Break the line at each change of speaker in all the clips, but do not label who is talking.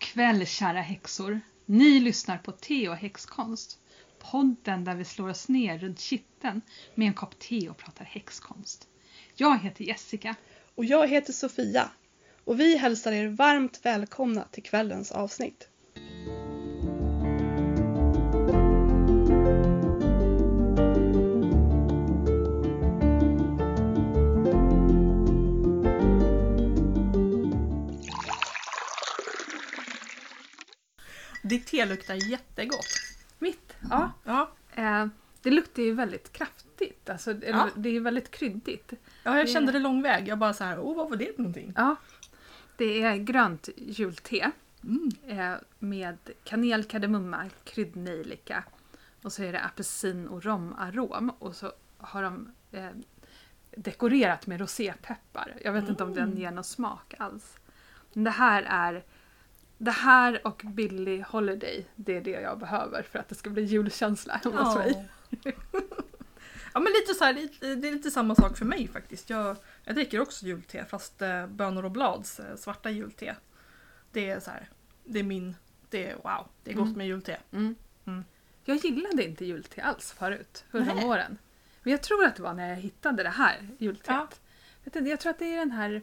kväll, kära häxor. Ni lyssnar på Te och häxkonst. Podden där vi slår oss ner runt kitteln med en kopp te och pratar häxkonst. Jag heter Jessica.
Och jag heter Sofia. Och vi hälsar er varmt välkomna till kvällens avsnitt.
Ditt te luktar jättegott.
Mitt? Ja. Det luktar ju väldigt kraftigt. Alltså, det är väldigt kryddigt.
Ja, jag kände det lång väg. Jag bara så här, vad var det för någonting?
Ja, det är grönt julte med kanel, kardemumma, kryddnejlika. Och så är det apelsin och romarom. Och så har de dekorerat med rosépeppar. Jag vet inte om den ger någon smak alls. Men det här och Billie Holiday, det är det jag behöver för att det ska bli julkänsla hos mig.
Ja, men lite så här, det är lite samma sak för mig faktiskt. Jag dricker också julte, fast bönor och blads svarta julte. Det är så här, det är gott med julte.
Jag gillade inte julte alls förut, förra åren. Men jag tror att det var när jag hittade det här julteet. Ja. Jag tror att det är den här,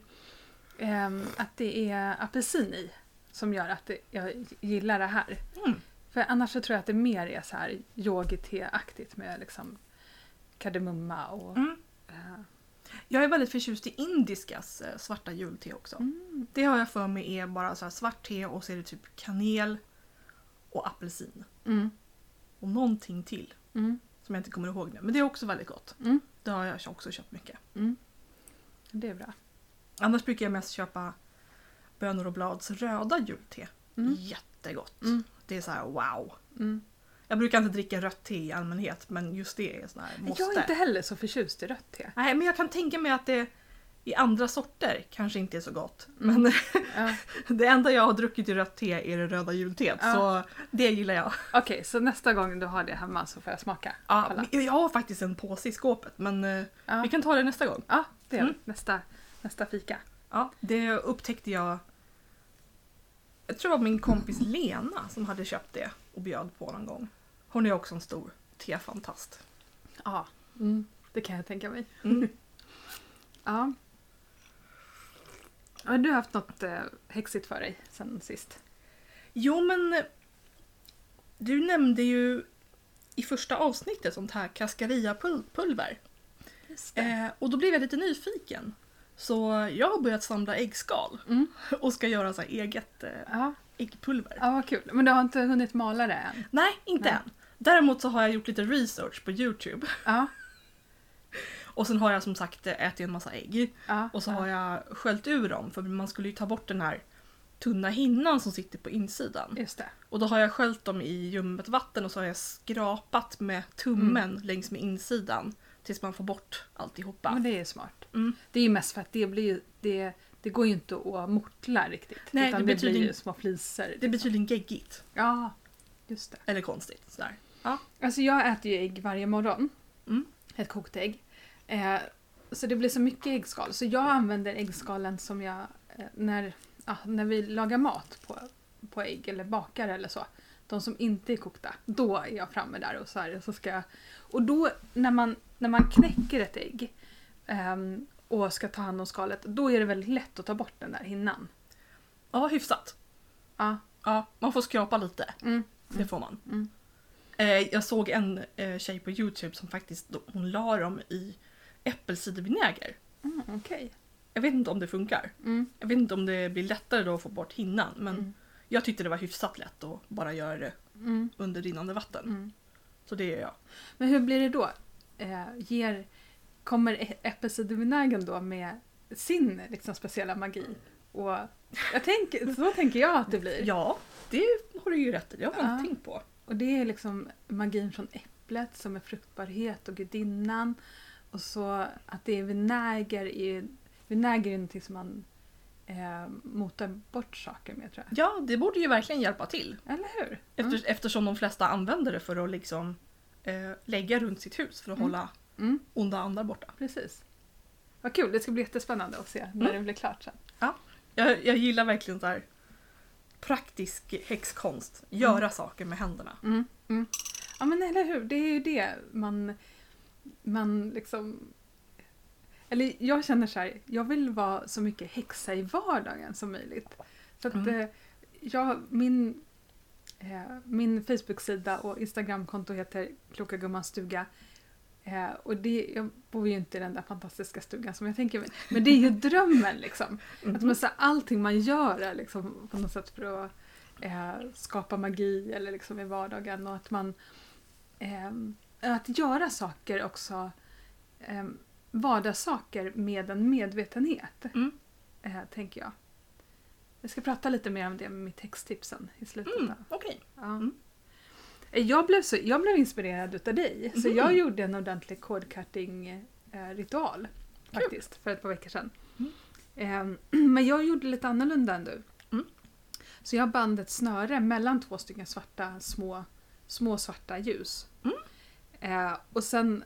att det är apelsin i som gör att jag gillar det här. För annars så tror jag att det mer är så här yogi-te-aktigt med liksom kardemumma och...
Jag är väldigt förtjust i indiskas svarta julte också. Det har jag för mig är bara så här svart te och så är det typ kanel och apelsin. Och någonting till som jag inte kommer ihåg nu. Men det är också väldigt gott. Det har jag också köpt mycket.
Det är bra.
Annars brukar jag mest köpa bönor och blads röda julte. Jättegott. Det är så här wow. Jag brukar inte dricka rött te i allmänhet, men just det är sån här måste.
Jag är inte heller så förtjust i rött te.
Nej, men jag kan tänka mig att det i andra sorter kanske inte är så gott. Men det enda jag har druckit i rött te är det röda julteet. Så det gillar jag.
Okej, så nästa gång du har det hemma så får jag smaka.
Ja, jag har faktiskt en påse i skåpet, men vi kan ta det nästa gång.
Ja, det är nästa fika.
Ja, det upptäckte jag. Jag tror det var min kompis Lena som hade köpt det och bjöd på någon gång. Hon är också en stor tefantast.
Ja, det kan jag tänka mig. Ja. Har du haft något häxigt för dig sen sist?
Jo, men du nämnde ju i första avsnittet sånt här cascarilla-pulver. Och då blev jag lite nyfiken. Så jag har börjat samla äggskal och ska göra så här eget äggpulver.
Ja, vad kul. Men du har inte hunnit mala det än?
Nej, inte än. Däremot så har jag gjort lite research på YouTube.
Ja.
Och sen har jag som sagt ätit en massa ägg. Och så har jag sköljt ur dem, för man skulle ju ta bort den här tunna hinnan som sitter på insidan.
Just det.
Och då har jag sköljt dem i ljummet vatten och så har jag skrapat med tummen längs med insidan tills man får bort alltihopa.
Men det är smart. Det är ju mest för att det går ju inte att mortla riktigt.
Nej,
utan det blir ju små flisor.
Det blir tydligen geggigt.
Ja, just det.
Eller konstigt. Sådär. Ja.
Alltså jag äter ju ägg varje morgon. Ett kokt ägg. Så det blir så mycket äggskal. Så jag använder äggskalen som jag... När vi lagar mat på ägg eller bakar eller så. De som inte är kokta. Då är jag framme där och så ska jag... Och då när man knäcker ett ägg... och ska ta hand om skalet, då är det väldigt lätt att ta bort den där hinnan.
Ja, hyfsat.
Ja,
man får skrapa lite. Det får man. Jag såg en tjej på YouTube som faktiskt, hon la dem i äppelcidervinäger.
Okej.
Jag vet inte om det funkar. Jag vet inte om det blir lättare då att få bort hinnan, men jag tyckte det var hyfsat lätt att bara göra det under rinnande vatten. Så det gör jag.
Men hur blir det då? Kommer äppelcidervinägen då med sin liksom speciella magi? Och så tänker jag att det blir.
Ja, det har du ju rätt i. Det har jag inte tänkt på.
Och det är liksom magin från äpplet som är fruktbarhet och gudinnan. Och så att det är vinäger. Vinäger är någonting som man motar bort saker med, tror jag.
Ja, det borde ju verkligen hjälpa till.
Eller hur?
Eftersom de flesta använder det för att liksom lägga runt sitt hus för att hålla onda andar borta.
Precis. Vad kul, det ska bli jättespännande att se när det blir klart sen.
Ja, jag gillar verkligen så här praktisk häxkonst. Göra saker med händerna.
Ja men eller hur, det är ju det man liksom... Eller jag känner så här, jag vill vara så mycket häxa i vardagen som möjligt. Så att min Facebook-sida och Instagram-konto heter Kloka Gummans stuga. Och jag bor ju inte i den där fantastiska stugan som jag tänker mig. Men det är ju drömmen liksom. Att man, så allting man gör är liksom på något sätt för att skapa magi eller liksom i vardagen. Och att man att göra saker också, vardagssaker med en medvetenhet. Tänker jag. Jag ska prata lite mer om det med mitt texttipsen i slutet.
Okej.
Ja. Jag blev inspirerad utav dig. Så jag gjorde en ordentlig cordcutting-ritual faktiskt för ett par veckor sedan. Men jag gjorde lite annorlunda än du. Så jag band ett snöre mellan 2 stycken svarta, små svarta ljus. Och sen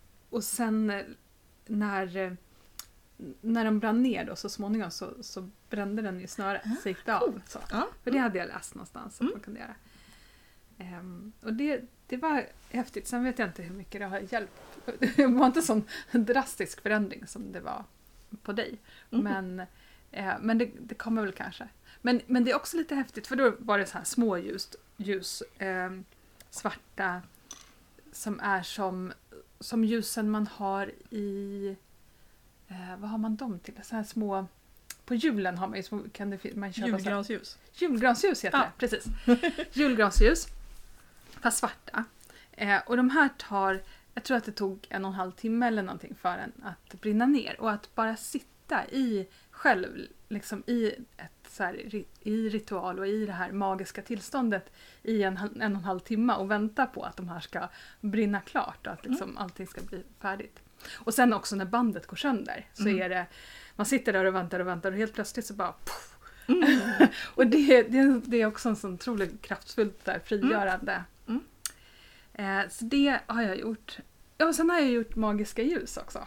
när de brann ner då, så småningom så brände den ju snöret. Så gick det av. Så. För det hade jag läst någonstans att man kunde göra. Och det var häftigt. Sen vet jag inte hur mycket det har hjälpt. Det var inte sån drastisk förändring som det var på dig. Men det kommer väl kanske. Men det är också lite häftigt, för då var det så här små ljus svarta som är som ljusen man har i vad har man dem till? Så här små, på julen har man ju små, man köpa
julgransljus.
Julgransljus heter det, precis. Julgransljus fast svarta. Och de här jag tror att det tog 1,5 timme eller någonting för en att brinna ner, och att bara sitta i själv liksom i ett så här, i ritual och i det här magiska tillståndet i 1,5 timme och vänta på att de här ska brinna klart och att liksom allting ska bli färdigt. Och sen också när bandet går sönder så är det, man sitter där och väntar och helt plötsligt så bara puff. Och det är också en sån otroligt kraftfullt där frigörande. Så det har jag gjort. Ja, och sen har jag gjort magiska ljus också.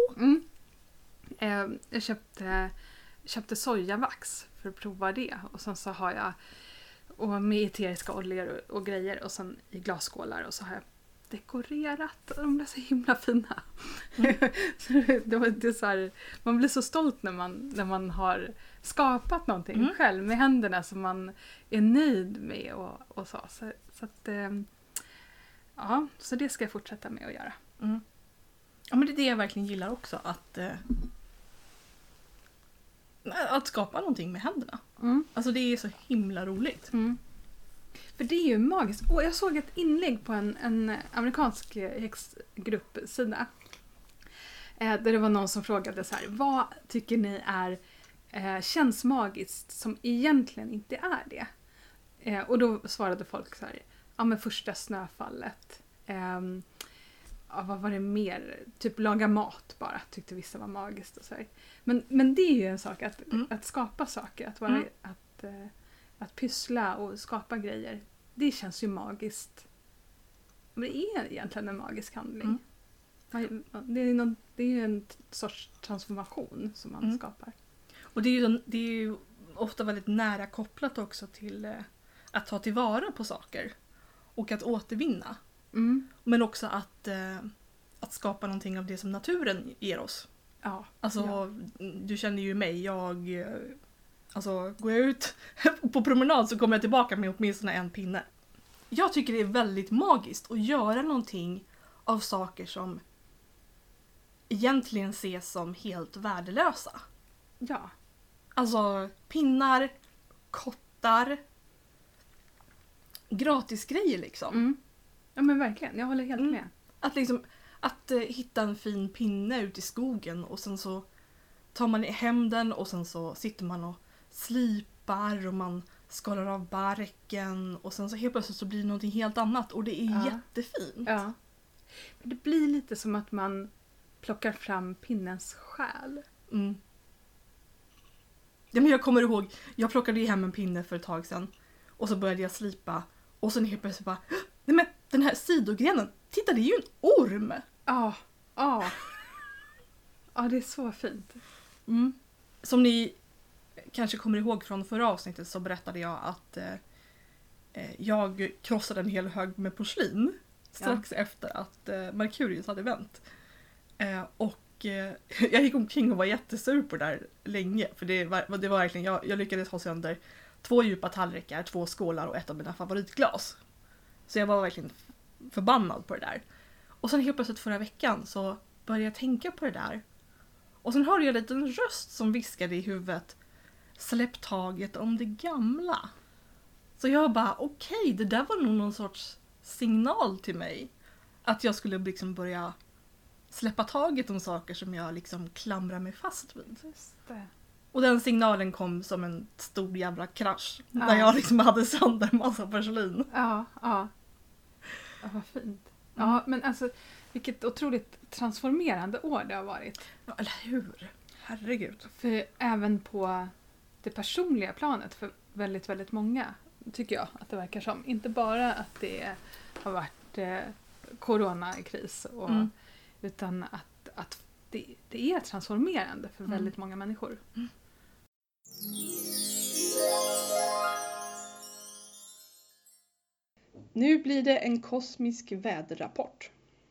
Jag köpte sojavax för att prova det, och sen så har jag med eteriska oljor och grejer, och sen i glasskålar, och så har jag dekorerat. De blev så himla fina. Så det är så här, man blir så stolt när man har skapat någonting själv med händerna som man är nöjd med och så att ja, så det ska jag fortsätta med att göra.
Ja, men det är det jag verkligen gillar också, att skapa någonting med händerna. Alltså det är så himla roligt.
För det är ju magiskt. Och jag såg ett inlägg på en amerikansk häxgruppsida. Där det var någon som frågade så här: vad tycker ni känns magiskt som egentligen inte är det? Och då svarade folk så här: ja men första snöfallet. Vad var det mer? Typ laga mat bara, tyckte vissa var magiskt. Och så här. Men det är ju en sak att skapa saker. Att pyssla och skapa grejer. Det känns ju magiskt. Men det är egentligen en magisk handling. Det är ju en sorts transformation som man skapar.
Och det är ju ofta väldigt nära kopplat också till att ta tillvara på saker. Och att återvinna. Men också att skapa någonting av det som naturen ger oss.
Ja.
Alltså, du känner ju mig. Går jag ut på promenad så kommer jag tillbaka med åtminstone en pinne. Jag tycker det är väldigt magiskt att göra någonting av saker som egentligen ses som helt värdelösa.
Ja. Alltså
pinnar, kottar, gratisgrejer liksom.
Ja men verkligen, jag håller helt med.
Att hitta en fin pinne ute i skogen och sen så tar man hem den och sen så sitter man och slipar och man skalar av barken och sen så helt plötsligt så blir det någonting helt annat och det är jättefint.
Ja. Det blir lite som att man plockar fram pinnens själ.
Ja, men jag kommer ihåg, jag plockade ju hem en pinne för ett tag sedan och så började jag slipa och sen helt plötsligt bara, nej men den här sidogrenen, titta det är ju en orm!
Ja, det är så fint.
Som ni kanske kommer ihåg från förra avsnittet så berättade jag att jag krossade en hel hög med porslin strax efter att Merkurius hade vänt. Och jag gick omkring och var jättesur på det där länge. För det var verkligen, jag lyckades ha sönder 2 djupa tallrikar, 2 skålar och ett av mina favoritglas. Så jag var verkligen förbannad på det där. Och sen helt plötsligt förra veckan så började jag tänka på det där. Och sen hörde jag en liten röst som viskade i huvudet: släpp taget om det gamla. Så jag bara, okej, det där var nog någon sorts signal till mig. Att jag skulle liksom börja släppa taget om saker som jag liksom klamrar mig fast vid.
Just det.
Och den signalen kom som en stor jävla krasch. När jag liksom hade sönder en massa porslin.
Ja, vad fint. Ja, men alltså vilket otroligt transformerande år det har varit.
Ja, eller hur? Herregud.
För även på det personliga planet för väldigt, väldigt många tycker jag att det verkar som. Inte bara att det har varit coronakris utan att det är transformerande för väldigt många människor. Mm.
Nu blir det en kosmisk väderrapport.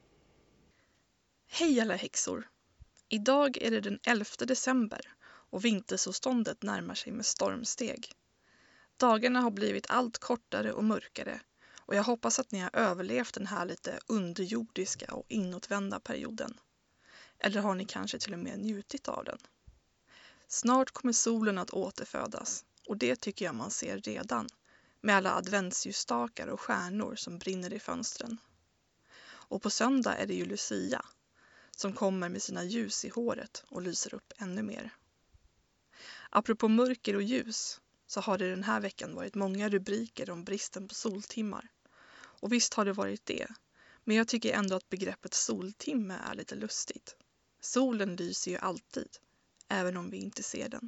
Hej alla häxor! Idag är det den 11 december och vintersolståndet närmar sig med stormsteg. Dagarna har blivit allt kortare och mörkare och jag hoppas att ni har överlevt den här lite underjordiska och inåtvända perioden. Eller har ni kanske till och med njutit av den? Snart kommer solen att återfödas och det tycker jag man ser redan med alla adventsljusstakar och stjärnor som brinner i fönstren. Och på söndag är det ju Lucia som kommer med sina ljus i håret och lyser upp ännu mer. Apropå mörker och ljus så har det den här veckan varit många rubriker om bristen på soltimmar. Och visst har det varit det, men jag tycker ändå att begreppet soltimme är lite lustigt. Solen lyser ju alltid, även om vi inte ser den.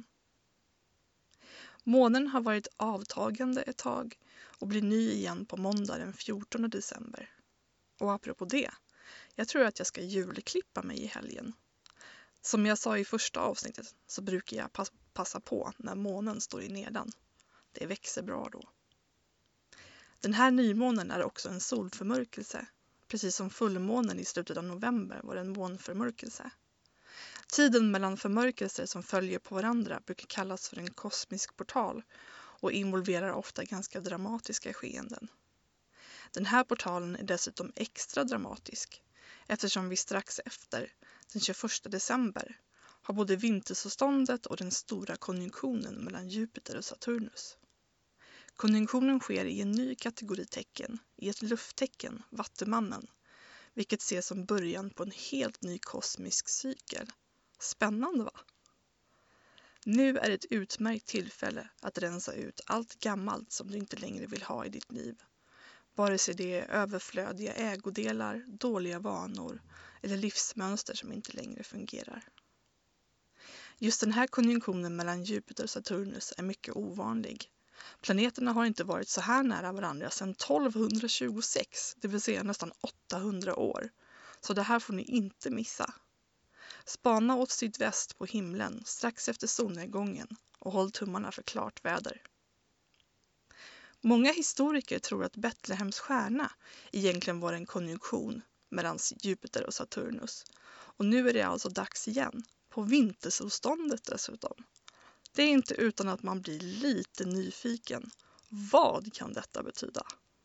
Månen har varit avtagande ett tag och blir ny igen på måndag den 14 december. Och apropå det, jag tror att jag ska julklippa mig i helgen. Som jag sa i första avsnittet så brukar jag passa på när månen står i nedan. Det växer bra då. Den här nymånen är också en solförmörkelse, precis som fullmånen i slutet av november var en månförmörkelse. Tiden mellan förmörkelser som följer på varandra brukar kallas för en kosmisk portal och involverar ofta ganska dramatiska skeenden. Den här portalen är dessutom extra dramatisk eftersom vi strax efter, den 21 december, har både vintersolståndet och den stora konjunktionen mellan Jupiter och Saturnus. Konjunktionen sker i en ny kategori tecken, i ett lufttecken, Vattumannen, vilket ses som början på en helt ny kosmisk cykel. Spännande va? Nu är ett utmärkt tillfälle att rensa ut allt gammalt som du inte längre vill ha i ditt liv. Vare sig det är överflödiga ägodelar, dåliga vanor eller livsmönster som inte längre fungerar. Just den här konjunktionen mellan Jupiter och Saturnus är mycket ovanlig. Planeterna har inte varit så här nära varandra sedan 1226, det vill säga nästan 800 år. Så det här får ni inte missa. Spana åt sydväst på himlen strax efter solnedgången och håll tummarna för klart väder. Många historiker tror att Betlehems stjärna egentligen var en konjunktion mellan Jupiter och Saturnus. Och nu är det alltså dags igen, på vintersolståndet dessutom. Det är inte utan att man blir lite nyfiken. Vad kan detta betyda?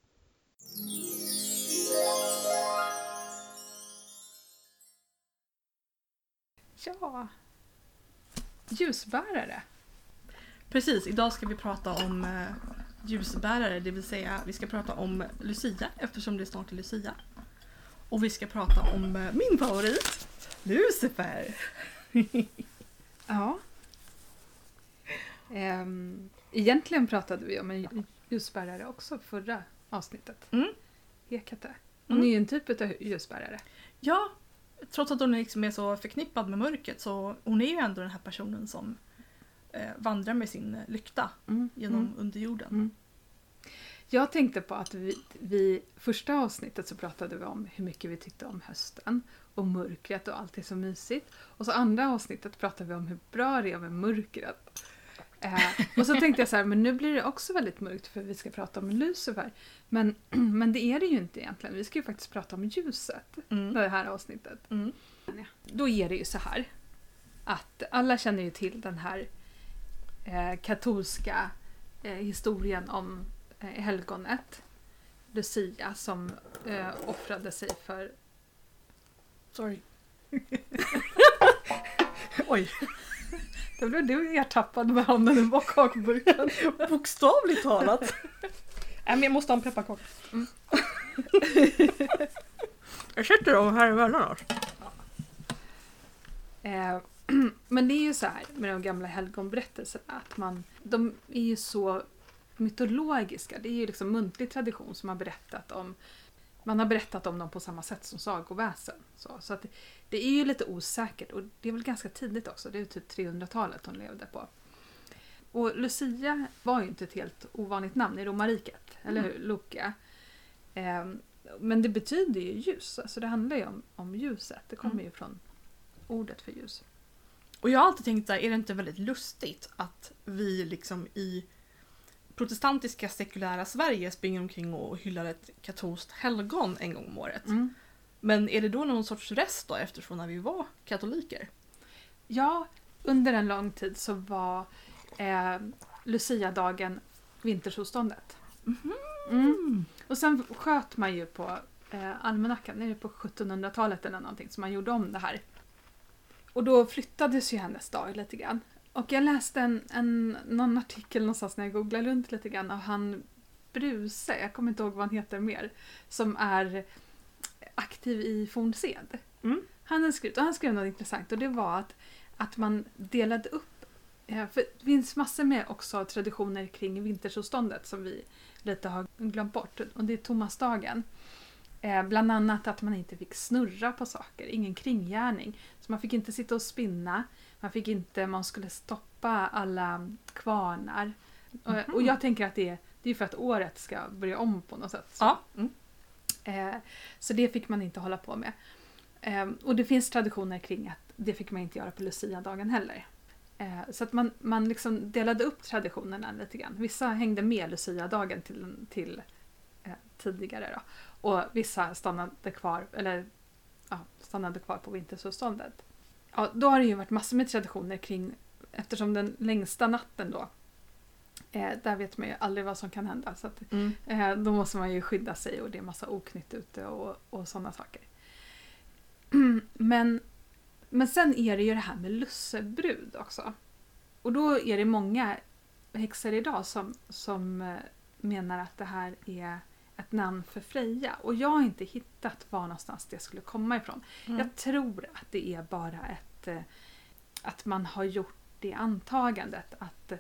Ja, ljusbärare.
Precis, idag ska vi prata om ljusbärare, det vill säga vi ska prata om Lucia eftersom det snart är Lucia. Och vi ska prata om min favorit, Lucifer.
Ja. Egentligen pratade vi om en ljusbärare också förra avsnittet. Hekate. Hon är ju en typ av ljusbärare.
Ja, trots att hon liksom är så förknippad med mörkret så hon är ju ändå den här personen som vandrar med sin lykta genom underjorden.
Jag tänkte på att vi första avsnittet så pratade vi om hur mycket vi tyckte om hösten och mörkret och allt är så mysigt. Och så andra avsnittet pratade vi om hur bra det är med mörkret. Och så tänkte jag så här, men nu blir det också väldigt mörkt för vi ska prata om Lucifer. Men det är det ju inte egentligen. Vi ska ju faktiskt prata om ljuset. Det här avsnittet. Då är det ju så här att alla känner ju till den här katolska historien om helgonet Lucia som offrade sig för...
Sorry. Oj.
Det blev du ertappad med handen i kakburken.
Bokstavligt talat. Men jag måste ha en pepparkaka. Jag sätter dem här emellan.
Men det är ju så här med de gamla helgonberättelserna att de är ju så mytologiska. Det är ju liksom muntlig tradition som har berättat om. Man har berättat om dem på samma sätt som sagoväsen. Så att det är ju lite osäkert och det är väl ganska tidigt också. Det är typ 300-talet hon levde på. Och Lucia var ju inte ett helt ovanligt namn i romarriket, eller hur? Lucia. Men det betyder ju ljus. Alltså det handlar ju om ljuset. Det kommer ju från ordet för ljus.
Och jag har alltid tänkt där, är det inte väldigt lustigt att vi liksom i protestantiska sekulära Sverige springer omkring och hyllar ett katolskt helgon en gång om året. Men är det då någon sorts rest då eftersom när vi var katoliker?
Ja, under en lång tid så var Lucia-dagen vintersolståndet. Och sen sköt man ju på almanackan, det är på 1700-talet eller någonting som man gjorde om det här. Och då flyttades ju hennes dag lite grann. Och jag läste någon artikel någonstans när jag googlade runt lite grann av han Bruse, jag kommer inte ihåg vad han heter mer, som är aktiv i Fornsed. Han skrev något intressant och det var att man delade upp, för det finns massor med också traditioner kring vintersolståndet som vi lite har glömt bort. Och det är Thomasdagen. Bland annat att man inte fick snurra på saker, ingen kringgärning. Så man fick inte sitta och spinna, man skulle stoppa alla kvarnar. Och jag tänker att det är för att året ska börja om på något sätt. Så.
Ja.
Så det fick man inte hålla på med. Och det finns traditioner kring att det fick man inte göra på Lucia-dagen heller. Så att man liksom delade upp traditionerna lite grann. Vissa hängde med Lucia-dagen till tidigare då. Och vissa stannade kvar på vintersolståndet. Ja, då har det ju varit massor med traditioner kring, eftersom den längsta natten då, där vet man ju aldrig vad som kan hända. Så att, då måste man ju skydda sig och det är massa oknytt ute och sådana saker. Men sen är det ju det här med lussebrud också. Och då är det många häxor idag som menar att det här är ett namn för Freja. Och jag har inte hittat var någonstans det skulle komma ifrån. Jag tror att det är bara att man har gjort det antagandet att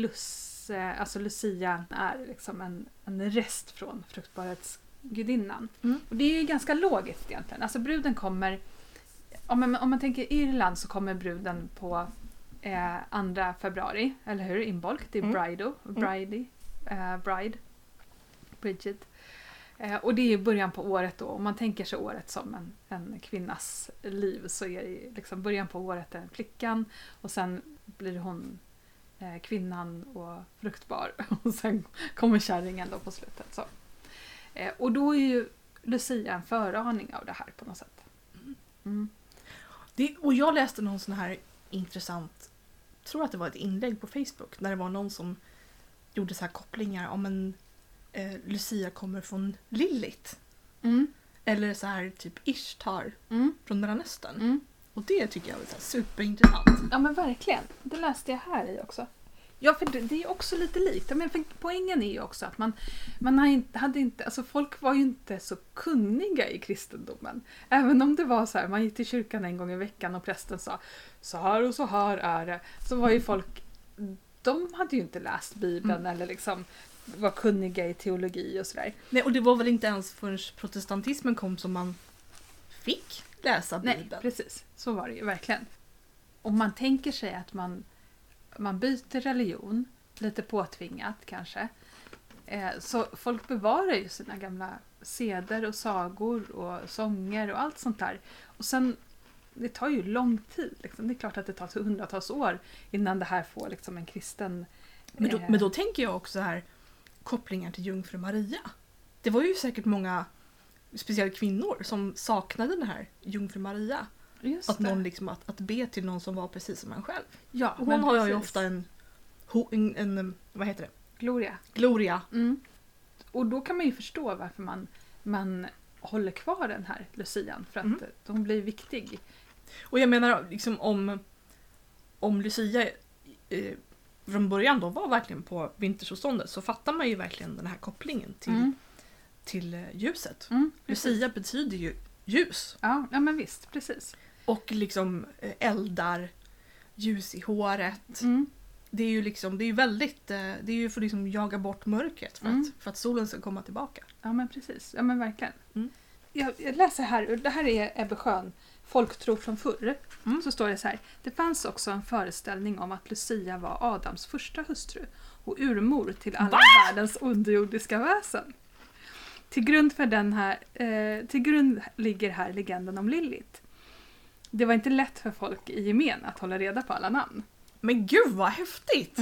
Lucia är liksom en rest från fruktbarhetsgudinnan. Och det är ju ganska logiskt egentligen. Alltså bruden kommer, om man tänker Irland så kommer bruden på 2 februari, eller hur? Inbolk, det är Bridget. Och det är början på året då. Om man tänker sig året som en kvinnas liv så är det liksom början på året är flickan och sen blir hon kvinnan och fruktbar och sen kommer kärringen då på slutet. Så. Och då är ju Lucia en föraning av det här på något sätt.
Och jag läste någon sån här intressant, tror att det var ett inlägg på Facebook när det var någon som gjorde så här kopplingar om Lucia kommer från Lilith. Eller så här typ Ishtar från Mellanöstern. Och det tycker jag var så här superintressant.
Ja men verkligen. Det läste jag här i också. Ja för det är också lite likt. Men poängen är ju också att man hade inte, alltså folk var ju inte så kunniga i kristendomen. Även om det var så här, man gick till kyrkan en gång i veckan och prästen sa så här och så här är det. Så var ju folk, de hade ju inte läst Bibeln eller liksom var kunniga i teologi och sådär.
Nej, och det var väl inte ens förrän protestantismen kom som man fick läsa Bibeln.
Nej, precis. Så var det ju verkligen. Om man tänker sig att man byter religion, lite påtvingat kanske, så folk bevarar ju sina gamla seder och sagor och sånger och allt sånt där. Och sen det tar ju lång tid. Liksom. Det är klart att det tar hundratals år innan det här får liksom en kristen...
Men då tänker jag också här kopplingar till Jungfru Maria. Det var ju säkert många, speciellt kvinnor, som saknade den här Jungfru Maria.
Just
Att
det.
någon liksom, att be till någon som var precis som en själv.
Ja,
Och
men
hon har ju
precis.
ofta en vad heter det?
Gloria.
Gloria.
Mm. Och då kan man ju förstå varför man håller kvar den här Lucian. För att hon blir viktig.
Och jag menar liksom om Lucia från början då var verkligen på vintersolståndet, så fattar man ju verkligen den här kopplingen till ljuset. Lucia betyder ju ljus.
Ja, men visst, precis.
Och liksom eldar, ljus i håret. Det är ju liksom, det är ju väldigt, det är ju för att liksom jaga bort mörkret för att solen ska komma tillbaka.
Ja, men precis. Ja, men verkligen. Jag läser här, det här är Ebbe Schön, Folktro från förr. Så står det så här: det fanns också en föreställning om att Lucia var Adams första hustru och urmor till alla världens underjordiska väsen. Till grund ligger här legenden om Lilith. Det var inte lätt för folk i gemen att hålla reda på alla namn.
Men gud vad häftigt!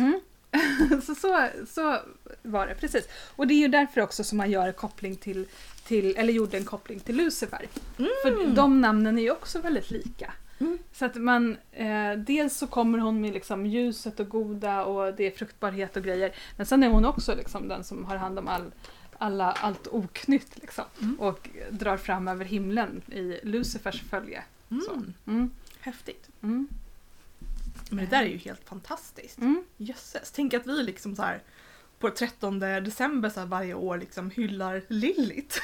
Så var det, precis. Och det är ju därför också som man gör en koppling eller gjorde en koppling till Lucifer. För de namnen är ju också väldigt lika. Så att man, dels så kommer hon med liksom ljuset och goda och det är fruktbarhet och grejer. Men sen är hon också liksom den som har hand om allt oknytt liksom. Och drar fram över himlen i Lucifers följe. Så.
Häftigt. Men det där är ju helt fantastiskt. Jösses. Tänk att vi liksom så här på 13 december så här varje år liksom hyllar Lilith.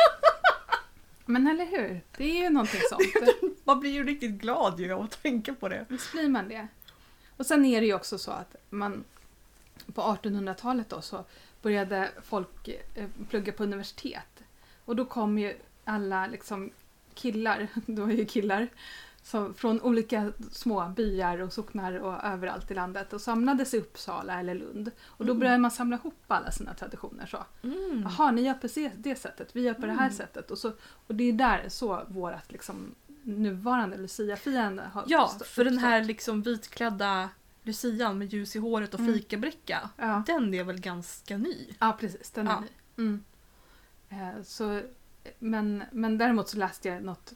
Men eller hur? Det är ju någonting sånt.
Man blir ju riktigt glad ju av att tänka på det.
Visst blir man det. Och sen är det ju också så att man på 1800-talet då så började folk plugga på universitet. Och då kom ju alla liksom killar, då är ju killar, så från olika små byar och socknar och överallt i landet och samlades i Uppsala eller Lund. Och då började man samla ihop alla sina traditioner. Så. Jaha, ni gör på det sättet, vi gör på det här sättet. Och det är där så vårat liksom, nuvarande Lucia-firande har
uppstått. För den här liksom vitklädda Lucian med ljus i håret och fikabricka, den är väl ganska ny?
Ja, precis. Den är ny. Så, men däremot så läste jag något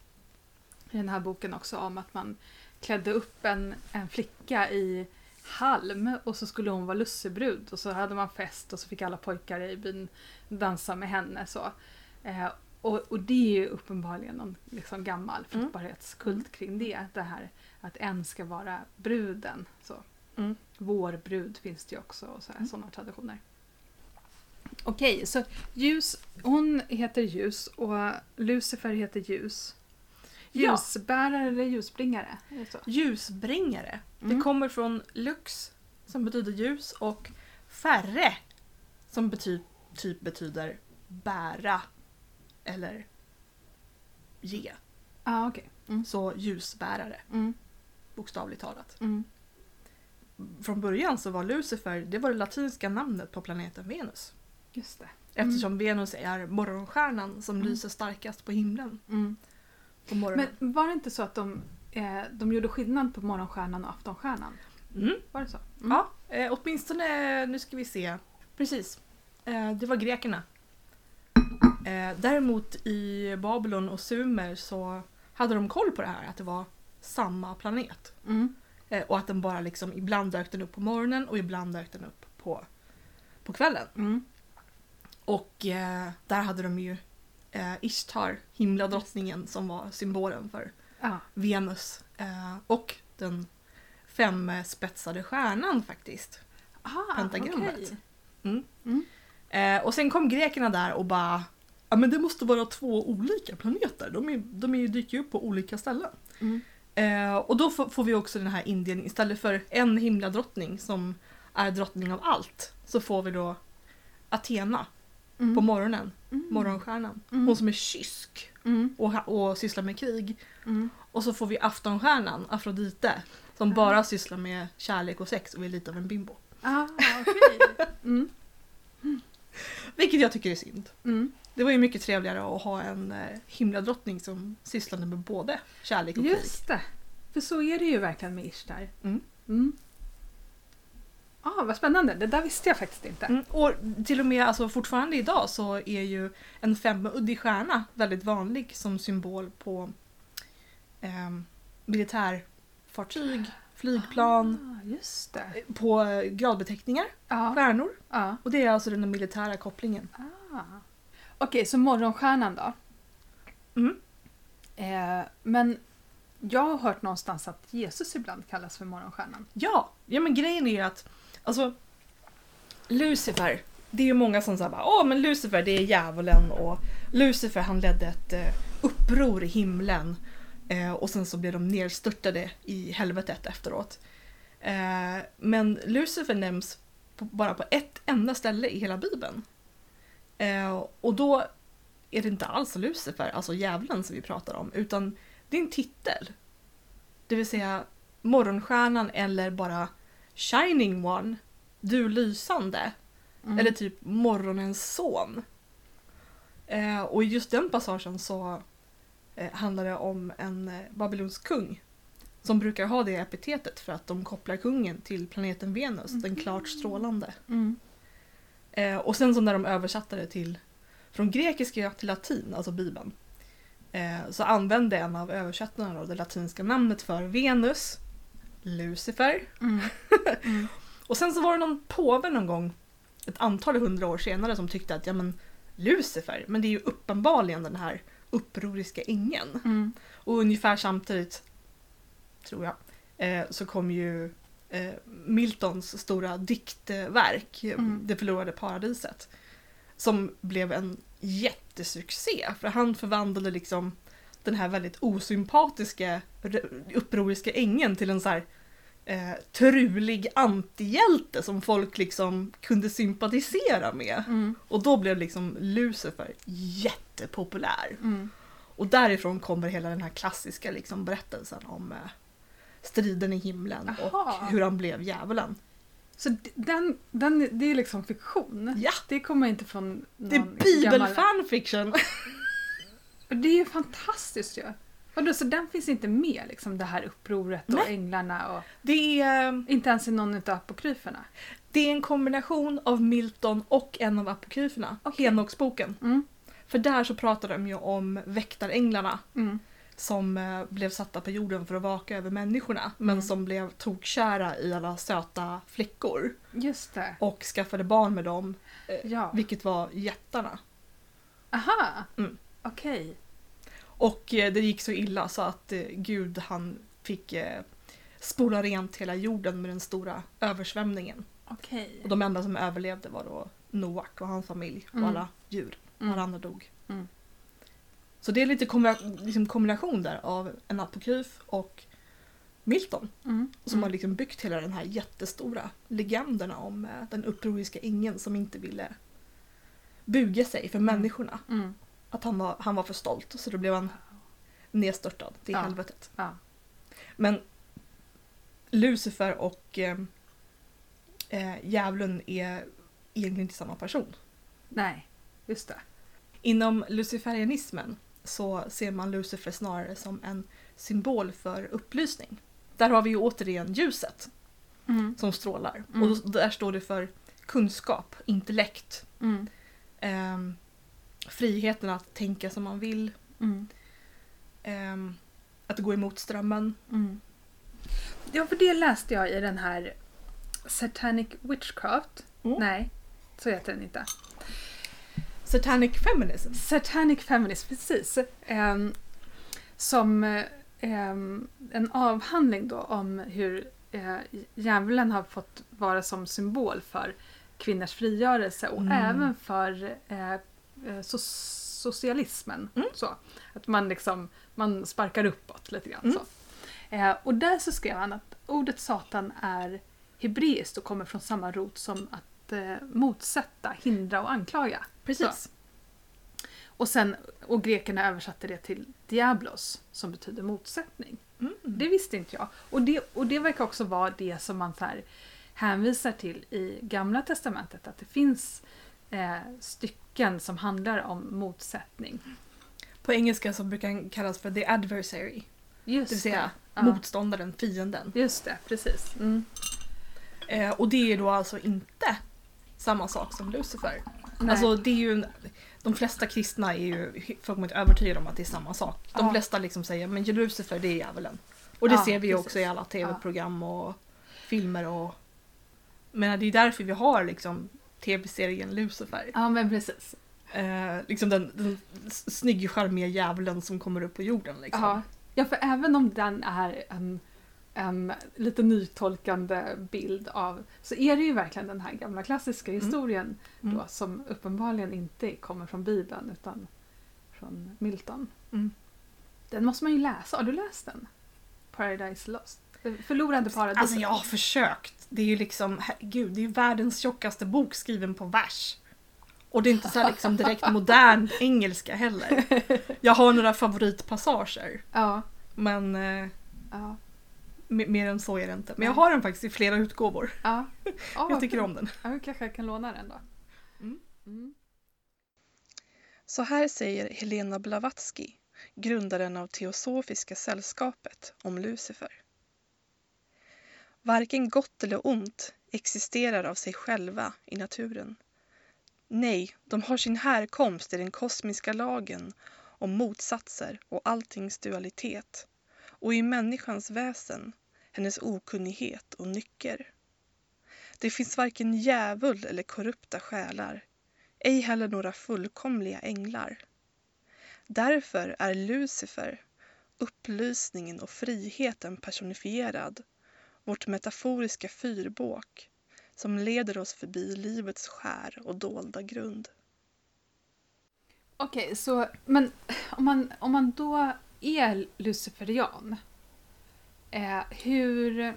i den här boken också om att man klädde upp en flicka i halm och så skulle hon vara lussebrud och så hade man fest och så fick alla pojkar i byn dansa med henne. Så. Och det är ju uppenbarligen någon liksom gammal fruktbarhetskult kring det. Det här att en ska vara bruden. Så. Vår brud finns det ju också och sådana traditioner. Okej, så hon heter ljus och Lucifer heter ljus. Ljusbärare eller ljusbringare? Är det så?
Ljusbringare. Det kommer från lux som betyder ljus och färre som betyder bära eller ge.
Okej.
Så ljusbärare. Bokstavligt talat. Från början så var Lucifer, det var det latinska namnet på planeten Venus.
Just det.
Eftersom Venus är morgonstjärnan som lyser starkast på himlen. På morgonen.
Men var det inte så att de gjorde skillnad på morgonstjärnan och aftonstjärnan? Var det så?
Ja, åtminstone, nu ska vi se. Precis. Det var grekerna. Däremot i Babylon och Sumer så hade de koll på det här, att det var samma planet. Och att den bara liksom, ibland dök den upp på morgonen och ibland dök den upp på kvällen. Och där hade de ju Ishtar, himladrottningen, som var symbolen för Venus. Och den 5-spetsade stjärnan faktiskt. Pentagrammet. Okay. Och sen kom grekerna där och bara, ja men det måste vara 2 olika planeter. De dyker ju upp på olika ställen. Och då får vi också den här indelningen. Istället för en himladrottning som är drottning av allt, så får vi då Athena på morgonen. Morgonstjärnan. Hon som är kysk och sysslar med krig. Och så får vi aftonstjärnan, Afrodite, som bara sysslar med kärlek och sex och är lite av en bimbo.
Okay.
Vilket jag tycker är synd. Det var ju mycket trevligare att ha en himladrottning som sysslade med både kärlek och krig.
Just det. För så är det ju verkligen med Ishtar. Vad spännande. Det där visste jag faktiskt inte.
Och till och med alltså, fortfarande idag så är ju en 5-uddig stjärna väldigt vanlig som symbol på militärfartyg, flygplan,
Just det.
på gradbeteckningar, stjärnor.
Ja.
Och det är alltså den militära kopplingen.
Okej, så morgonstjärnan då? Men jag har hört någonstans att Jesus ibland kallas för morgonstjärnan.
Ja, men grejen är ju att alltså, Lucifer, det är ju många som säger men Lucifer det är djävulen och Lucifer han ledde ett uppror i himlen och sen så blev de nedstörtade i helvetet efteråt. Men Lucifer nämns bara på ett enda ställe i hela Bibeln. Och då är det inte alls Lucifer, alltså djävulen som vi pratar om, utan det är en titel. Det vill säga morgonstjärnan eller bara shining one, du lysande. Eller typ morgonens son. Och i just den passagen så handlar det om en babylonsk kung som brukar ha det epitetet för att de kopplar kungen till planeten Venus, den klart strålande. Och sen så när de översatte det från grekiska till latin, alltså Bibeln, så använde en av översättarna det latinska namnet för Venus, Lucifer. Och sen så var det någon påve någon gång, ett antal 100 år senare, som tyckte att Lucifer, men det är ju uppenbarligen den här upproriska ängeln. Och ungefär samtidigt, tror jag, så kom ju Miltons stora diktverk, Det förlorade paradiset, som blev en jättesuccé, för han förvandlade liksom den här väldigt osympatiska upproriska ängeln till en så här trulig antihjälte som folk liksom kunde sympatisera med. Och då blev liksom Lucifer jättepopulär. Och därifrån kommer hela den här klassiska liksom berättelsen om striden i himlen. Och hur han blev djävulen.
Så det är liksom fiktion?
Ja!
Det kommer inte från någon
det är bibelfanfiction!
Det är ju fantastiskt ju! Och så den finns inte med, liksom, det här upproret och änglarna? Och
det är,
inte ens i någon av apokryferna?
Det är en kombination av Milton och en av apokryferna, Henoksboken. För där så pratar de ju om väktaränglarna som blev satta på jorden för att vaka över människorna, men som blev tokkära i alla söta flickor.
Just det.
Och skaffade barn med dem, vilket var jättarna.
Aha, okej.
Och det gick så illa så att Gud han fick spola rent hela jorden med den stora översvämningen.
Okej.
Och de enda som överlevde var då Noak och hans familj och alla djur. Alla andra dog. Så det är lite kombination där av en apokryf och Milton. Som har liksom byggt hela den här jättestora legenderna om den upproriska ängeln som inte ville buga sig för människorna. Att han var för stolt, så då blev han nedstörtad till helvetet. Men Lucifer och djävulen är egentligen inte samma person.
Nej, just det.
Inom luciferianismen så ser man Lucifer snarare som en symbol för upplysning. Där har vi ju återigen ljuset som strålar. Och där står det för kunskap, intellekt. Friheten att tänka som man vill. Att gå emot strömmen.
Ja, för det läste jag i den här Satanic Witchcraft. Nej, så heter den inte.
Satanic Feminism.
Satanic Feminism, precis. Som en avhandling då om hur djävulen har fått vara som symbol för kvinnors frigörelse och även för socialismen. Så. Att man sparkar uppåt lite grann. Så. Och där så skrev han att ordet Satan är hebreiskt och kommer från samma rot som att motsätta, hindra och anklaga.
Precis.
Så. Och grekerna översatte det till diablos, som betyder motsättning. Det visste inte jag. Och det verkar också vara det som man så här hänvisar till i Gamla testamentet, att det finns stycken som handlar om motsättning.
På engelska så brukar den kallas för the adversary.
Just
Det vill säga
Ja.
motståndaren, fienden.
Just det, precis. Mm.
Och det är då alltså inte samma sak som Lucifer.
Nej.
Alltså det är ju de flesta kristna är ju fullkomligt övertygade om att det är samma sak. De
Ja.
flesta liksom säger men Lucifer det är djävulen. Och det
Ja,
ser vi ju
precis.
också i alla tv-program och filmer och men det är därför vi har liksom tv-serien Lucifer.
Ja, men precis.
Liksom den snygga charmiga djävulen som kommer upp på jorden liksom.
Ja, för även om den är en lite nytolkande bild av, så är det ju verkligen den här gamla klassiska historien då, som uppenbarligen inte kommer från Bibeln utan från Milton.
Mm.
Den måste man ju läsa. Har du läst den? Paradise Lost? Förlorade paradiset.
Alltså jag har försökt. Det är ju liksom, gud, det är världens tjockaste bok skriven på vers. Och det är inte så här liksom direkt modern engelska heller. Jag har några favoritpassager.
Ja.
Men
Ja.
mer än så är det inte. Men jag har den faktiskt i flera utgåvor.
Ja.
Jag tycker om den.
Ja, vi kanske kan låna den då.
Mm.
Mm.
Så här säger Helena Blavatsky, grundaren av Teosofiska sällskapet, om Lucifer. Varken gott eller ont existerar av sig själva i naturen. Nej, de har sin härkomst i den kosmiska lagen om motsatser och alltings dualitet och i människans väsen, hennes okunnighet och nycker. Det finns varken djävul eller korrupta själar, ej heller några fullkomliga änglar. Därför är Lucifer, upplysningen och friheten personifierad, vårt metaforiska fyrbåk som leder oss förbi livets skär och dolda grund.
Okej, så men om man då är luciferian, hur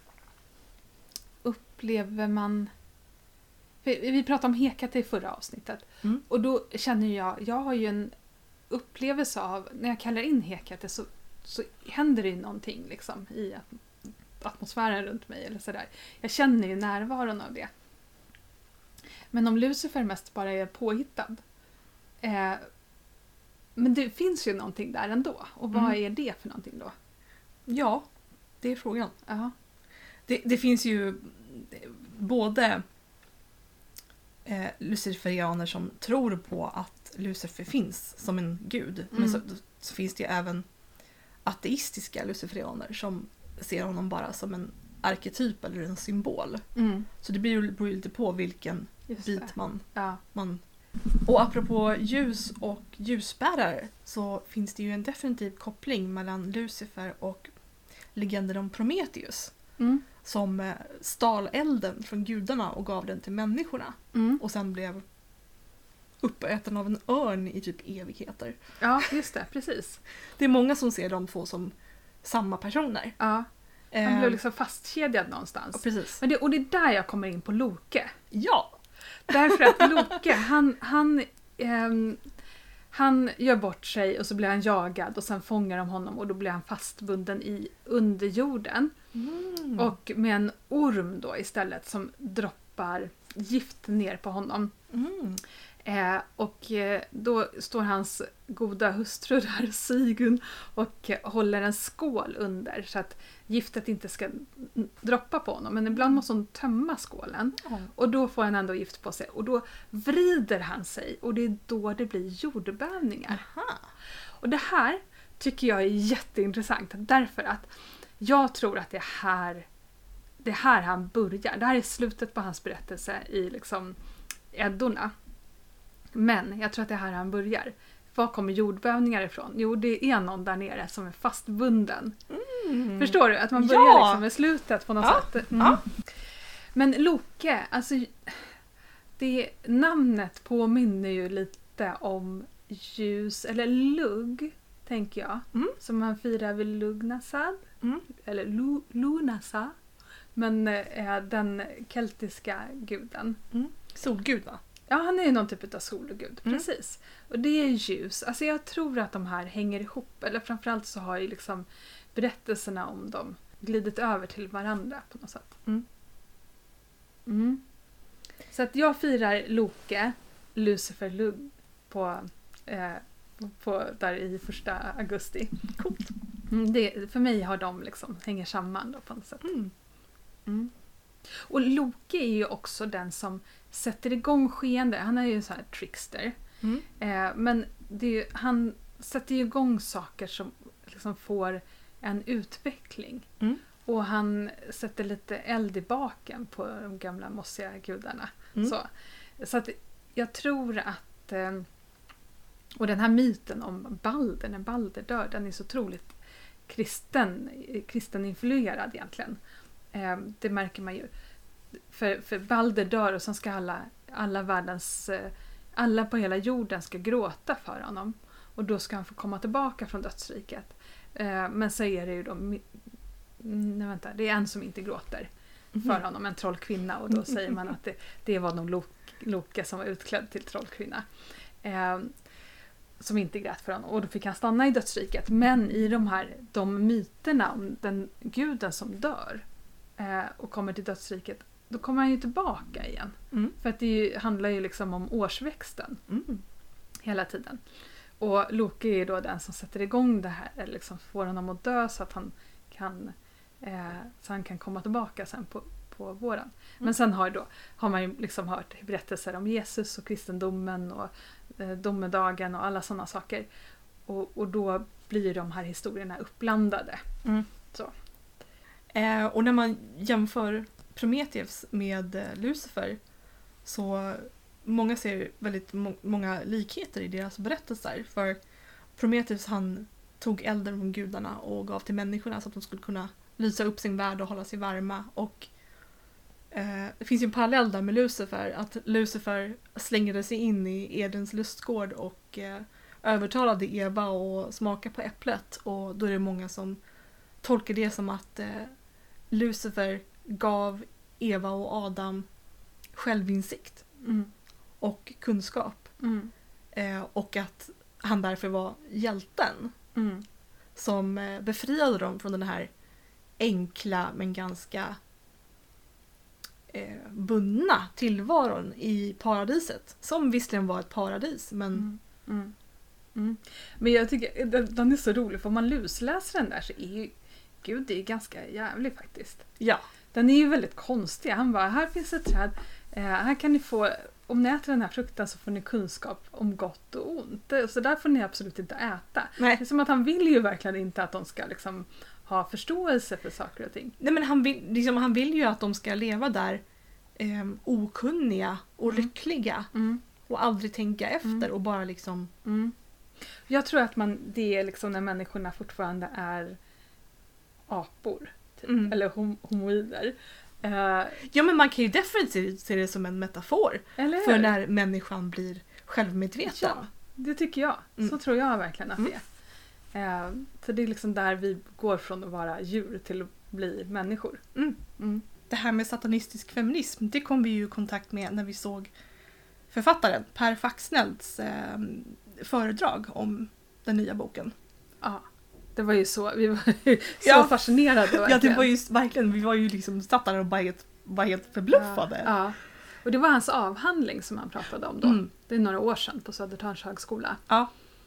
upplever man... Vi pratade om Hekate i förra avsnittet.
Mm.
Och då känner jag har ju en upplevelse av, när jag kallar in Hekate så händer det ju någonting liksom i atmosfären runt mig eller sådär. Jag känner ju närvaron av det. Men om Lucifer mest bara är påhittad. Men det finns ju någonting där ändå. Och vad är det för någonting då?
Ja, det är frågan.
Ja.
Det finns ju både luciferianer som tror på att Lucifer finns som en gud. Men så finns det ju även ateistiska luciferianer som ser honom bara som en arketyp eller en symbol. Så det beror ju lite på vilken bit man... Och apropå ljus och ljusbärare så finns det ju en definitiv koppling mellan Lucifer och legenden om Prometheus. Som stal elden från gudarna och gav den till människorna. Och sen blev uppäten av en örn i typ evigheter.
Ja, just det, precis.
Det är många som ser de två som samma personer.
Ja. Han blev liksom fastkedjad någonstans.
Ja, precis.
Men och det är där jag kommer in på Loke.
Ja!
Därför att Loke, han gör bort sig och så blir han jagad och sen fångar de honom och då blir han fastbunden i underjorden. Och med en orm då istället som droppar gift ner på honom. Då står hans goda hustru där, Sigun, och håller en skål under så att giftet inte ska droppa på honom. Men ibland måste hon tömma skålen och då får han ändå gift på sig. Och då vrider han sig och det är då det blir jordbävningar. Och det här tycker jag är jätteintressant därför att jag tror att det är här han börjar. Det här är slutet på hans berättelse i liksom Eddorna. Men jag tror att det är här han börjar. Var kommer jordbävningar ifrån? Jo, det är någon där nere som är fastbunden. Förstår du? Att man börjar liksom med slutet på något sätt. Men Loke, alltså namnet påminner ju lite om ljus eller lugg, tänker jag. Som man firar vid Lugnasad. Eller Lunasa. Men den keltiska guden.
Solgud, va?
Ja, han är ju någon typ av solgud, precis. Och det är ljus. Alltså jag tror att de här hänger ihop. Eller framförallt så har ju liksom berättelserna om dem glidit över till varandra på något sätt. Så att jag firar Loke, Lucifer Lugg på där i 1 augusti.
Coolt.
För mig har de liksom, hänger samman då på något sätt. Och Loke är ju också den som sätter igång skeende. Han är ju en sån här trickster. Men han sätter ju igång saker som liksom får en utveckling. Och han sätter lite eld i baken på de gamla mossiga gudarna. Så att jag tror att och den här myten om Balder, när Balder dör, den är så otroligt kristeninfluerad egentligen. Det märker man ju. För Balder dör och sen ska alla på hela jorden ska gråta för honom. Och då ska han få komma tillbaka från dödsriket. Men så är det ju då det är en som inte gråter för honom, en trollkvinna, och då säger man att det var nog Loke som var utklädd till trollkvinna. Som inte grät för honom, och då fick han stanna i dödsriket. Men i de myterna om den guden som dör och kommer till dödsriket, då kommer han ju tillbaka igen. För att det handlar ju liksom om årsväxten hela tiden. Och Loke är då den som sätter igång det här, eller liksom får honom att dö så att han kan komma tillbaka sen på våren. Men sen har man ju liksom hört berättelser om Jesus och kristendomen och domedagen och alla sådana saker. Och då blir de här historierna uppblandade. Så.
Och när man jämför Prometheus med Lucifer, så många ser väldigt många likheter i deras berättelser. För Prometheus, han tog elden från gudarna och gav till människorna så att de skulle kunna lysa upp sin värld och hålla sig varma. Och det finns ju en parallell där med Lucifer, att Lucifer slängde sig in i Edens lustgård och övertalade Eva att smaka på äpplet. Och då är det många som tolkar det som att Lucifer gav Eva och Adam självinsikt och kunskap. Och att han därför var hjälten som befriade dem från den här enkla men ganska bundna tillvaron i paradiset. Som visserligen var ett paradis, men...
Men jag tycker den är så rolig, för om man lusläser den där så är ju... Gud, det är ganska jävligt faktiskt.
Ja.
Den är ju väldigt konstig. Han bara, här finns ett träd. Här kan ni få... Om ni äter den här frukten så får ni kunskap om gott och ont. Så där får ni absolut inte äta.
Nej.
Det är som att han vill ju verkligen inte att de ska liksom ha förståelse för saker och ting.
Nej, men han vill ju att de ska leva där okunniga och lyckliga. Och aldrig tänka efter och bara liksom...
Jag tror att det är liksom när människorna fortfarande är apor. Typ, eller homoider.
Ja, men man kan ju definitivt se det som en metafor för när människan blir självmedveten.
Ja, det tycker jag. Så tror jag verkligen att det är. Så det är liksom där vi går från att vara djur till att bli människor.
Det här med satanistisk feminism, det kom vi ju i kontakt med när vi såg författaren Per Faxnells föredrag om den nya boken.
Ja, det var ju så, vi var ju så fascinerade verkligen.
Ja, det var ju verkligen, vi var ju liksom satt där och var helt förbluffade.
Ja. Och det var hans avhandling som han pratade om då. Det är några år sedan på Södertörns högskola.
Ja.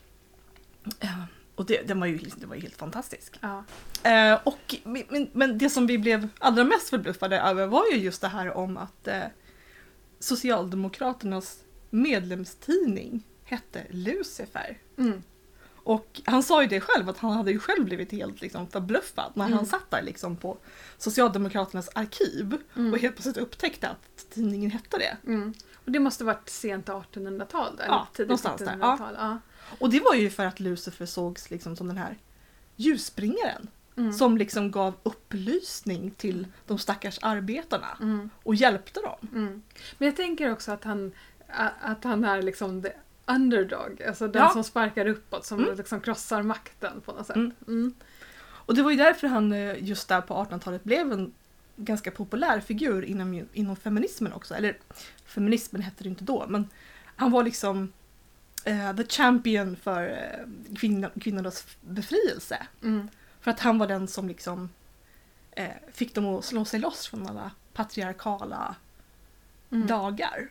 Och det var ju helt fantastisk.
Ja.
Men det som vi blev allra mest förbluffade över var ju just det här om att Socialdemokraternas medlemstidning hette Lucifer. Och han sa ju det själv, att han hade ju själv blivit helt liksom förbluffad när han satt där liksom på Socialdemokraternas arkiv och helt plötsligt upptäckte att tidningen hette det.
Och det måste varit sent 1800-tal där.
Ja,
tidigt
någonstans
1900-tal.
där.
Ja.
Och det var ju för att Lucifer sågs liksom som den här ljusbringaren som liksom gav upplysning till de stackars arbetarna och hjälpte dem.
Men jag tänker också att han är liksom the underdog, alltså den som sparkar uppåt, som liksom krossar makten på något sätt.
Och det var ju därför han just där på 1800-talet blev en ganska populär figur inom feminismen också. Eller feminismen hette det inte då, men han var liksom the champion för kvinnornas befrielse. För att han var den som liksom fick dem att slå sig loss från alla patriarkala dagar.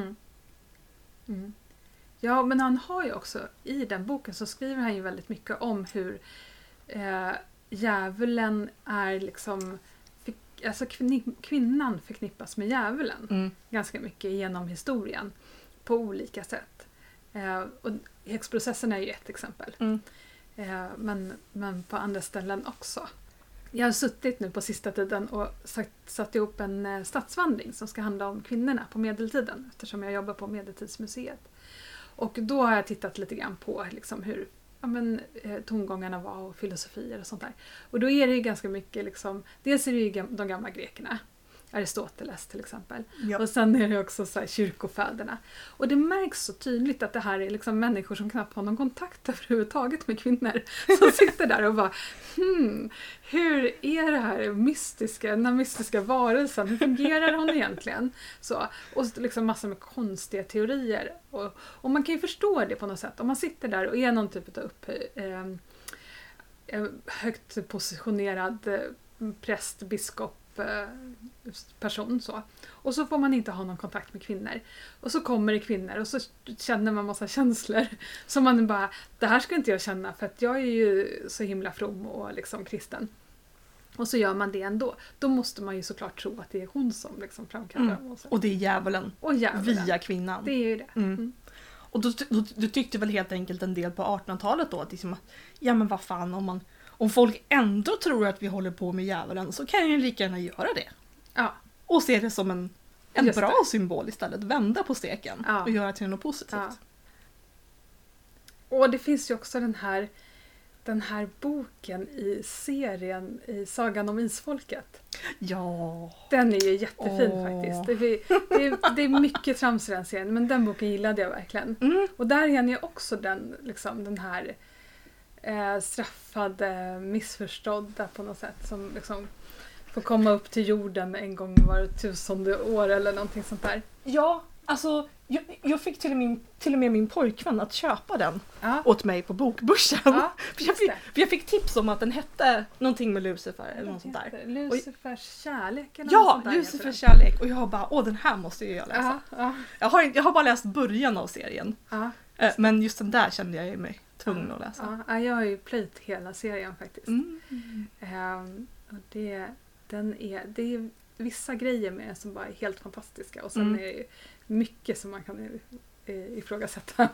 Ja, men han har ju också, i den boken så skriver han ju väldigt mycket om hur djävulen är liksom, alltså kvinnan förknippas med djävulen ganska mycket genom historien på olika sätt. Och häxprocessen är ju ett exempel. Men på andra ställen också. Jag har suttit nu på sista tiden och satt ihop en stadsvandring som ska handla om kvinnorna på medeltiden, eftersom jag jobbar på Medeltidsmuseet. Och då har jag tittat lite grann på liksom hur tongångarna var och filosofier och sånt där. Och då är det ju ganska mycket liksom, dels är det ju de gamla grekerna, Aristoteles till exempel. Ja. Och sen är det också så här kyrkofäderna. Och det märks så tydligt att det här är liksom människor som knappt har någon kontakt överhuvudtaget med kvinnor. Som sitter där och bara, hur är det här den här mystiska varelsen? Hur fungerar hon egentligen? Så, och liksom massor med konstiga teorier. Och man kan ju förstå det på något sätt. Om man sitter där och är någon typ av högt positionerad präst, biskop, person så. Och så får man inte ha någon kontakt med kvinnor. Och så kommer det kvinnor och så känner man massa känslor som man bara, det här ska inte jag känna för att jag är ju så himla from och liksom kristen. Och så gör man det ändå. Då måste man ju såklart tro att det är hon som liksom framkallar.
Och det är djävulen. Via kvinnan.
Det är ju det.
Och du tyckte väl helt enkelt en del på 1800-talet då att liksom, ja men vad fan, om folk ändå tror att vi håller på med djävulen så kan ju lika gärna göra det.
Ja.
Och se det som en bra symbol istället. Vända på steken och göra till något positivt. Ja.
Och det finns ju också den här boken i serien i Sagan om Isfolket.
Ja.
Den är ju jättefin faktiskt. Det är mycket trams i den serien, men den boken gillade jag verkligen. Och där är ju också den här straffade, missförstådda på något sätt som liksom får komma upp till jorden en gång var 1000:e år eller någonting sånt där.
Ja, alltså jag fick till och med min pojkvän att köpa den åt mig på bokbörsen. Ja, jag fick tips om att den hette någonting med Lucifer eller något sånt där.
Lucifers kärlek eller
något sånt där. Ja, Lucifers kärlek. Och jag bara, den här måste jag läsa. Jag har bara läst början av serien. Men just den där kände jag mig tvungen att läsa.
Ja, jag har ju plöjt hela serien faktiskt. Och det är vissa grejer med den som bara är helt fantastiska. Och sen är det mycket som man kan ifrågasätta.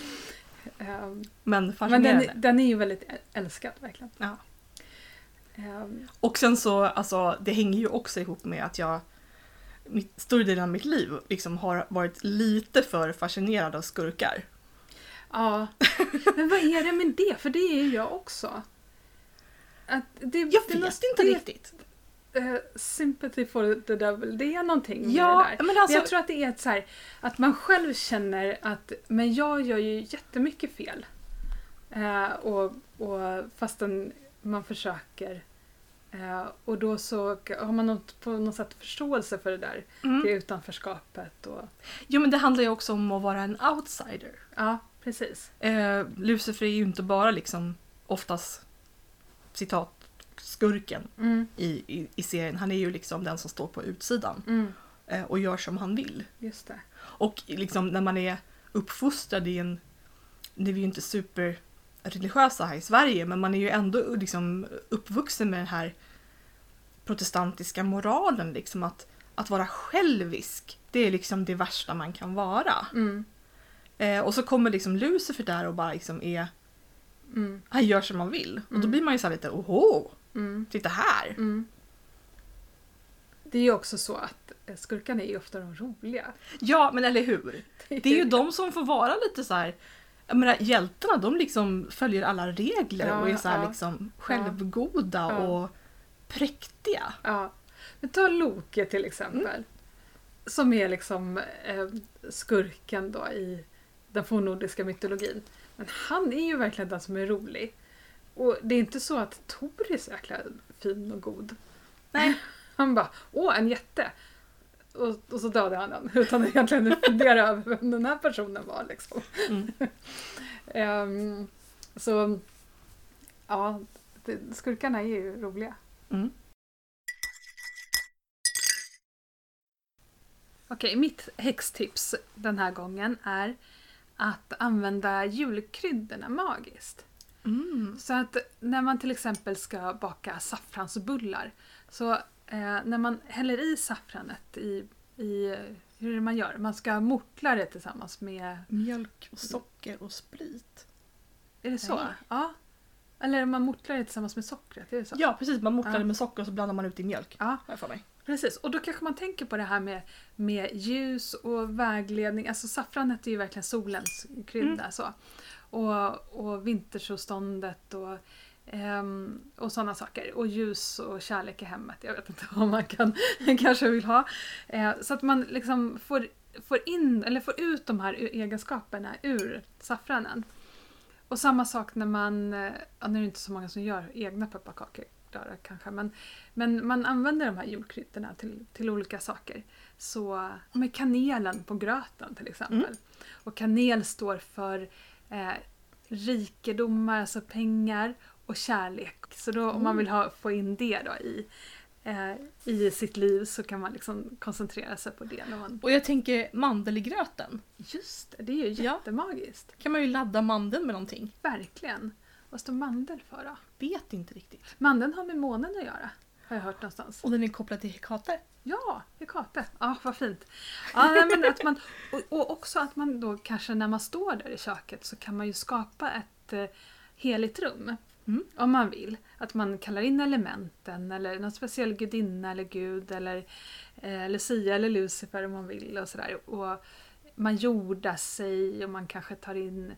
Men fascinerande.
Men den är ju väldigt älskad, verkligen.
Ja. Och sen så, alltså, det hänger ju också ihop med att jag stor del av mitt liv liksom har varit lite för fascinerad av skurkar.
Ja, men vad är det med det? För det är ju jag också.
Jag vet inte riktigt.
Sympathy for the devil, det är någonting med det där.
Men alltså,
jag tror att det är ett så här, att man själv känner att men jag gör ju jättemycket fel. Och fastän man försöker. Och då så har man på något sätt förståelse för det där. Det utanförskapet.
Jo, men det handlar ju också om att vara en outsider.
Ja, precis.
Lucifer är ju inte bara liksom oftast citat skurken i serien. Han är ju liksom den som står på utsidan och gör som han vill.
Just det.
Och liksom när man är uppfostrad det är ju inte super religiösa här i Sverige, men man är ju ändå liksom uppvuxen med den här protestantiska moralen liksom att vara självisk, det är liksom det värsta man kan vara. Och så kommer liksom Lucifer där och bara liksom han gör som man vill. Och då blir man ju så här lite, titta här.
Det är ju också så att skurkarna är ju ofta de roliga.
Ja, men eller hur? Det är ju de som får vara lite så här. Jag menar, hjältarna, de liksom följer alla regler och är så här liksom självgoda och präktiga.
Ja. Men ta Loke till exempel. Som är liksom skurken då i den fornnordiska mytologin. Men han är ju verkligen den som är rolig. Och det är inte så att Tor är så jäkla fin och god.
Nej.
Han bara, en jätte. Och så dödade han den. Utan att egentligen fundera över vem den här personen var. Liksom. Så, ja, skurkarna är ju roliga. Okej, mitt häxtips den här gången är att använda julkryddorna magiskt. Så att när man till exempel ska baka saffransbullar, så när man häller i saffranet i hur är det man gör? Man ska mortla det tillsammans med
Mjölk och socker och sprit.
Är det så?
Nej.
Ja. Eller man mortlar det tillsammans med sockret, är det så?
Ja, precis. Man mortlar det med socker och så blandar man ut i mjölk.
Ja.
Har jag för mig.
Precis, och då kanske man tänker på det här med ljus och vägledning. Alltså saffranet är ju verkligen solens krydda. Så. Och vintersolståndet och sådana saker. Och ljus och kärlek i hemmet. Jag vet inte vad man kanske vill ha. Så att man liksom får in eller får ut de här egenskaperna ur saffranen. Och samma sak när man, nu är det inte så många som gör egna pepparkakor kanske, men man använder de här julkryddorna till olika saker. Så med kanelen på gröten till exempel. Och kanel står för rikedomar, alltså pengar och kärlek. Så då om man vill få in det då i sitt liv så kan man liksom koncentrera sig på det.
Och jag tänker mandel i gröten.
Just det är ju jättemagiskt.
Kan man ju ladda mandeln med någonting.
Verkligen. Vad står mandel för då?
Vet inte riktigt.
Mandeln har med månen att göra. Har jag hört någonstans.
Och den är kopplad till Hekate.
Ja, Hekate. Ja, vad fint. Ja, nej, men att man, och också att man då kanske när man står där i köket så kan man ju skapa ett heligt rum. Om man vill. Att man kallar in elementen eller någon speciell gudinna eller gud eller Lucia eller Lucifer om man vill och sådär. Och man jordar sig och man kanske tar in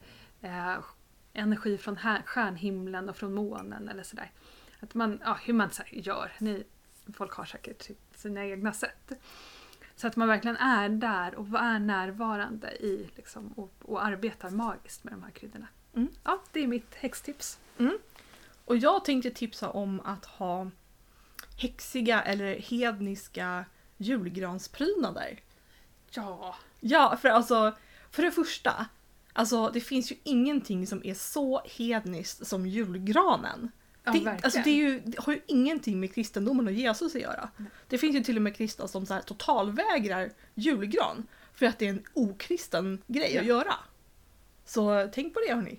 energi från stjärnhimlen och från månen eller sådär. Att man, hur man så gör. Folk har säkert sina egna sätt. Så att man verkligen är där och är närvarande i liksom, och arbetar magiskt med de här kryddorna. Ja, det är mitt häxtips.
Och jag tänkte tipsa om att ha häxiga eller hedniska julgransprydnader.
Ja.
Ja, för det första, alltså det finns ju ingenting som är så hedniskt som julgranen.
Ja,
det har ju ingenting med kristendomen och Jesus att göra.
Nej.
Det finns ju till och med kristna som så här totalvägrar julgran för att det är en okristen grej att göra. Så tänk på det hörni.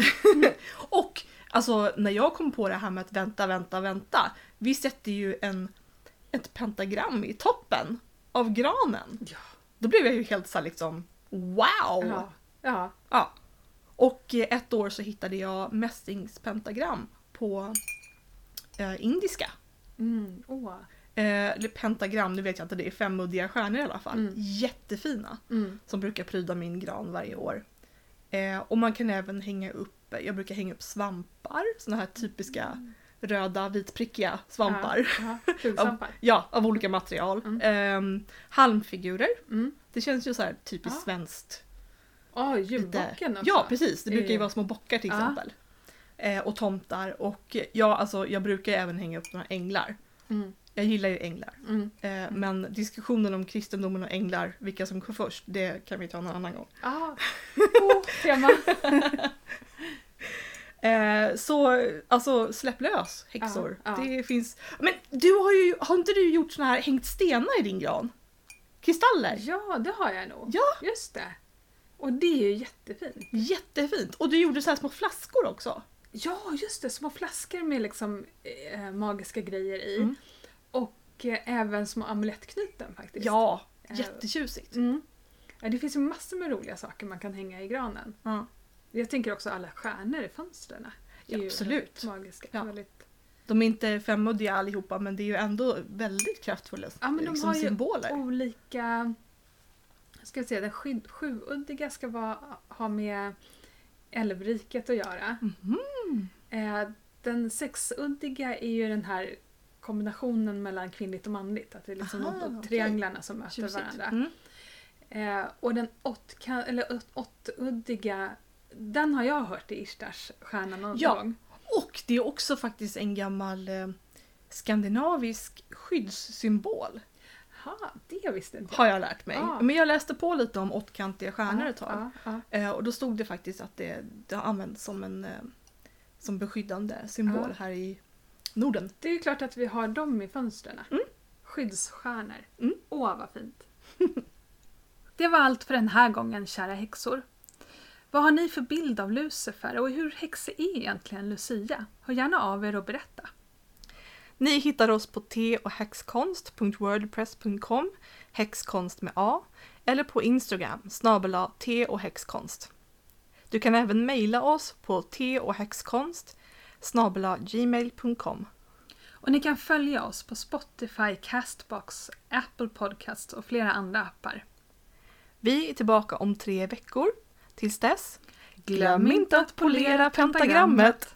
Och alltså när jag kom på det här med att vänta. Vi sätter ju ett pentagram i toppen av granen.
Ja.
Då blev jag ju helt så här liksom wow! Ja. Och ett år så hittade jag mästingspentagram på indiska. Eller pentagram, det vet jag inte, det är 5-uddiga stjärnor i alla fall. Jättefina. Som brukar pryda min gran varje år. Och man kan även jag brukar hänga upp svampar, såna här typiska röda vitprickiga svampar.
Svampar.
Av olika material. Halmfigurer. Det känns ju så här typiskt svenskt.
Julbocken också.
Ja, precis. Det brukar ju vara små bockar till exempel. Och tomtar. Och jag brukar även hänga upp några änglar. Jag gillar ju änglar. Men diskussionen om kristendomen och änglar, vilka som går först, det kan vi ta någon annan gång.
Tema.
Så alltså släpp lös häxor.
Ja.
Det finns. Men har inte du gjort såna här hängt stenar i din gran? Kristaller?
Ja, det har jag nog.
Ja.
Just det. Och det är ju jättefint.
Jättefint. Och du gjorde så här små flaskor också.
Ja, just det. Små flaskor med liksom magiska grejer i. Och även små amulettknyten faktiskt.
Ja, jättetjusigt.
Ja, det finns ju massor med roliga saker man kan hänga i granen. Jag tänker också alla stjärnor i fönstren.
Ja, absolut.
Magiska.
Ja.
Väldigt...
De är inte 5-uddiga allihopa, men det är ju ändå väldigt kraftfulla
men de
liksom,
har ju
symboler.
Olika... Ska jag säga, den 7-uddiga ska ha med älvriket att göra. Den 6-uddiga är ju den här kombinationen mellan kvinnligt och manligt. Att det är liksom trianglarna som möter varandra. Och den 8-uddiga, den har jag hört i Ishtars stjärna någon gång.
Och det är också faktiskt en gammal skandinavisk skyddssymbol.
Det visste inte jag.
Har jag lärt mig. Men jag läste på lite om 8-kantiga stjärnor ett tag. Och då stod det faktiskt att det har använts som beskyddande symbol här i Norden.
Det är ju klart att vi har dem i fönstren. Skyddsstjärnor. Vad fint. Det var allt för den här gången, kära häxor. Vad har ni för bild av Lucifer och hur häxor är egentligen Lucia? Hör gärna av er och berätta.
Ni hittar oss på teochhäxkonst.wordpress.com, häxkonst med A, eller på Instagram, @teochhäxkonst. Du kan även mejla oss på teochhäxkonst@gmail.com.
Och ni kan följa oss på Spotify, Castbox, Apple Podcasts och flera andra appar.
Vi är tillbaka om 3 veckor. Tills dess, glöm inte att polera pentagrammet!